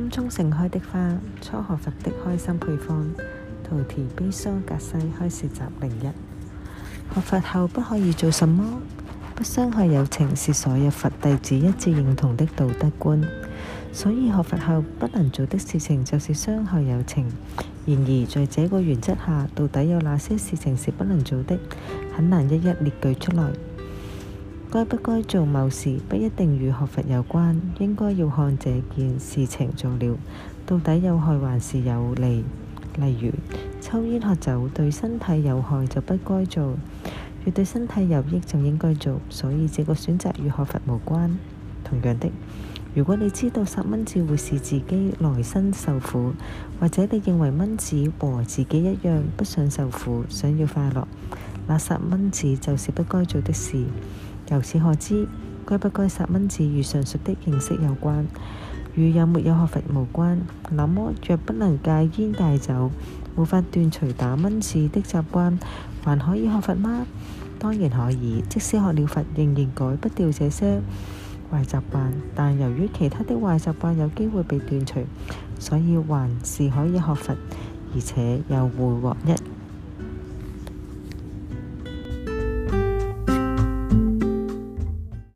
中盛開的花，初學佛的開心配方。圖提悲蘇格西開示集01。學佛後不可以做什麼？不傷害友情是所有佛弟子一致認同的道德觀，所以學佛後不能做的事情就是傷害友情。然而在這個原則下，到底有哪些事情是不能做的，很難一一列舉出來。該不該做某事不一定與學佛有關，應該要看這件事情做了到底有害還是有利。例如抽煙喝酒對身體有害就不該做，若對身體有益就應該做，所以這個選擇與學佛無關。同樣的，如果你知道殺蚊子會使自己來生受苦，或者你認為蚊子和自己一樣不想受苦，想要快樂，那殺蚊子就是不該做的事。由此可知，該不該殺蚊子與上述的認識有關，與有沒有學佛無關。那麼若不能戒煙戒酒，無法斷除打蚊子的習慣，還可以學佛嗎？當然可以，即使學了佛仍然改不掉這些壞習慣，但由於其他的壞習慣有機會被斷除，所以還是可以學佛，而且又會獲益。